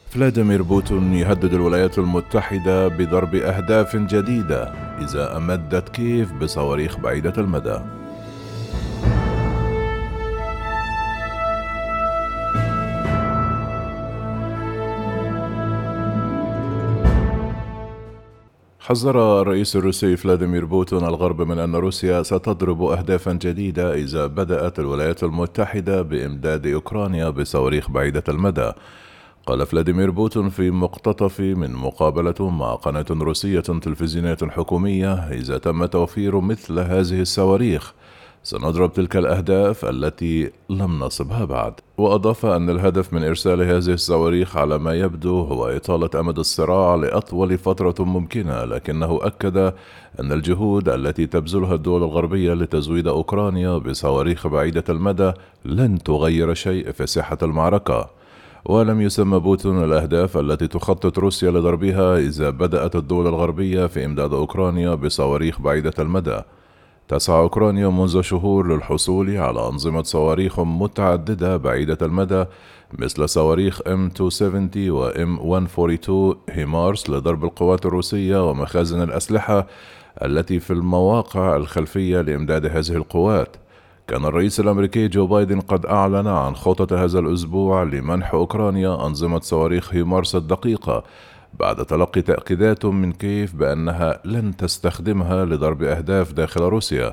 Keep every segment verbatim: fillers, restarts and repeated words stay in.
فلاديمير بوتين يهدد الولايات المتحدة بضرب أهداف جديدة إذا أمدت كييف بصواريخ بعيدة المدى. حذر الرئيس الروسي فلاديمير بوتين الغرب من أن روسيا ستضرب أهدافا جديدة إذا بدأت الولايات المتحدة بإمداد أوكرانيا بصواريخ بعيدة المدى. قال فلاديمير بوتين في مقتطف من مقابلة مع قناة روسية تلفزيونية حكومية: إذا تم توفير مثل هذه الصواريخ سنضرب تلك الأهداف التي لم نصبها بعد. وأضاف أن الهدف من إرسال هذه الصواريخ على ما يبدو هو إطالة أمد الصراع لأطول فترة ممكنة، لكنه أكد أن الجهود التي تبذلها الدول الغربية لتزويد أوكرانيا بصواريخ بعيدة المدى لن تغير شيء في ساحة المعركة. ولم يسمى بوتين الأهداف التي تخطط روسيا لضربها إذا بدأت الدول الغربية في إمداد أوكرانيا بصواريخ بعيدة المدى. تسعى أوكرانيا منذ شهور للحصول على أنظمة صواريخ متعددة بعيدة المدى مثل صواريخ إم مئتين وسبعين و إم مئة وواحد وأربعين هيمارس لضرب القوات الروسية ومخازن الأسلحة التي في المواقع الخلفية لإمداد هذه القوات. كان الرئيس الأمريكي جو بايدن قد أعلن عن خطة هذا الأسبوع لمنح أوكرانيا أنظمة صواريخ هيمارس الدقيقة بعد تلقي تأكيدات من كييف بأنها لن تستخدمها لضرب أهداف داخل روسيا.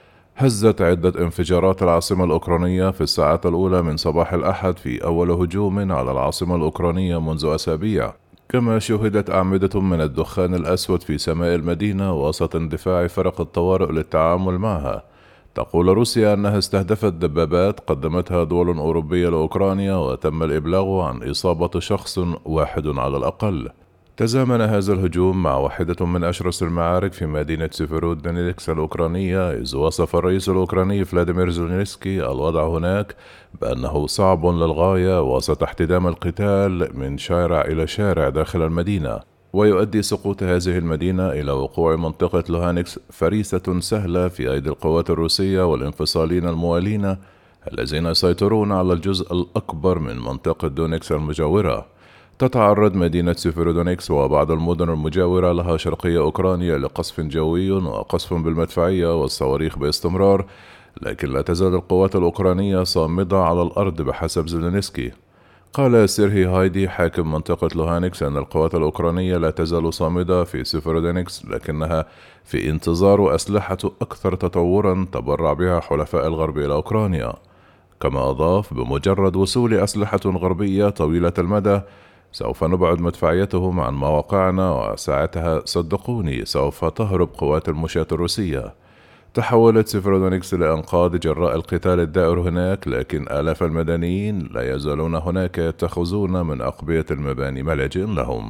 هزت عدة انفجارات العاصمة الأوكرانية في الساعات الأولى من صباح الأحد في أول هجوم على العاصمة الأوكرانية منذ أسابيع، كما شهدت أعمدة من الدخان الأسود في سماء المدينة وسط اندفاع فرق الطوارئ للتعامل معها. تقول روسيا أنها استهدفت دبابات قدمتها دول أوروبية لأوكرانيا وتم الإبلاغ عن إصابة شخص واحد على الأقل. تزامن هذا الهجوم مع واحدة من أشرس المعارك في مدينة سيفيرودونيتسك الأوكرانية، إذ وصف الرئيس الأوكراني فلاديمير زيلينسكي الوضع هناك بأنه صعب للغاية وسط احتدام القتال من شارع إلى شارع داخل المدينة، ويؤدي سقوط هذه المدينة إلى وقوع منطقة لوهانكس فريسة سهلة في أيدي القوات الروسية والانفصاليين الموالين الذين يسيطرون على الجزء الأكبر من منطقة دونيكس المجاورة. تتعرض مدينة سيفيرودونيكس وبعض المدن المجاورة لها شرقية أوكرانيا لقصف جوي وقصف بالمدفعية والصواريخ باستمرار، لكن لا تزال القوات الأوكرانية صامدة على الأرض بحسب زيلينسكي. قال سيرهي هايدي حاكم منطقة لوهانكس أن القوات الأوكرانية لا تزال صامدة في سيفيرودونيكس، لكنها في انتظار أسلحة أكثر تطورا تبرع بها حلفاء الغرب إلى أوكرانيا. كما أضاف: بمجرد وصول أسلحة غربية طويلة المدى سوف نبعد مدفعيتهم عن مواقعنا، وساعتها صدقوني سوف تهرب قوات المشاة الروسية. تحولت سيفيرودونيكس لأنقاض جراء القتال الدائر هناك، لكن آلاف المدنيين لا يزالون هناك يتخذون من أقبية المباني ملاجئ لهم.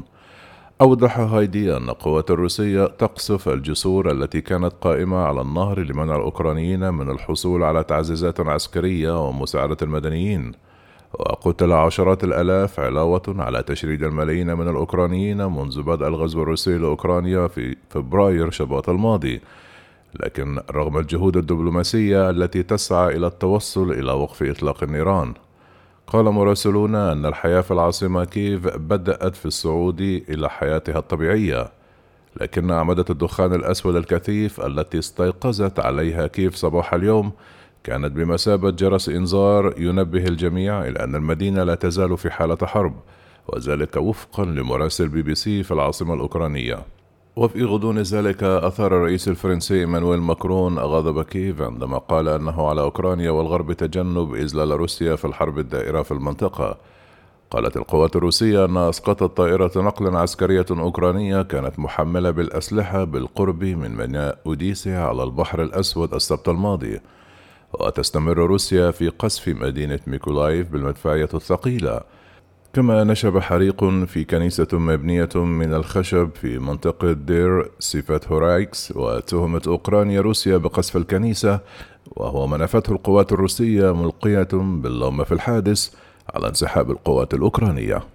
أوضح هايدي أن القوات الروسية تقصف الجسور التي كانت قائمة على النهر لمنع الأوكرانيين من الحصول على تعزيزات عسكرية ومساعدة المدنيين، وقتل عشرات الآلاف علاوة على تشريد الملايين من الأوكرانيين منذ بدء الغزو الروسي لأوكرانيا في فبراير شباط الماضي. لكن رغم الجهود الدبلوماسية التي تسعى إلى التوصل إلى وقف إطلاق النيران، قال مراسلون أن الحياة في العاصمة كييف بدأت في الصعود إلى حياتها الطبيعية، لكن أعمدة الدخان الأسود الكثيف التي استيقظت عليها كييف صباح اليوم كانت بمثابة جرس إنذار ينبه الجميع إلى أن المدينة لا تزال في حالة حرب، وذلك وفقا لمراسل بي بي سي في العاصمة الأوكرانية. وفي غضون ذلك أثار الرئيس الفرنسي إيمانويل ماكرون غضب كييف عندما قال أنه على أوكرانيا والغرب تجنب إذلال روسيا في الحرب الدائرة في المنطقة. قالت القوات الروسية أنها أسقطت طائرة نقل عسكرية أوكرانية كانت محملة بالأسلحة بالقرب من ميناء أوديسا على البحر الأسود السبت الماضي. وتستمر روسيا في قصف مدينة ميكولايف بالمدفعية الثقيلة. كما نشب حريق في كنيسة مبنية من الخشب في منطقة دير سيفات هورايكس، وتهمت أوكرانيا روسيا بقصف الكنيسة، وهو ما نفته القوات الروسية ملقية باللوم في الحادث على انسحاب القوات الأوكرانية.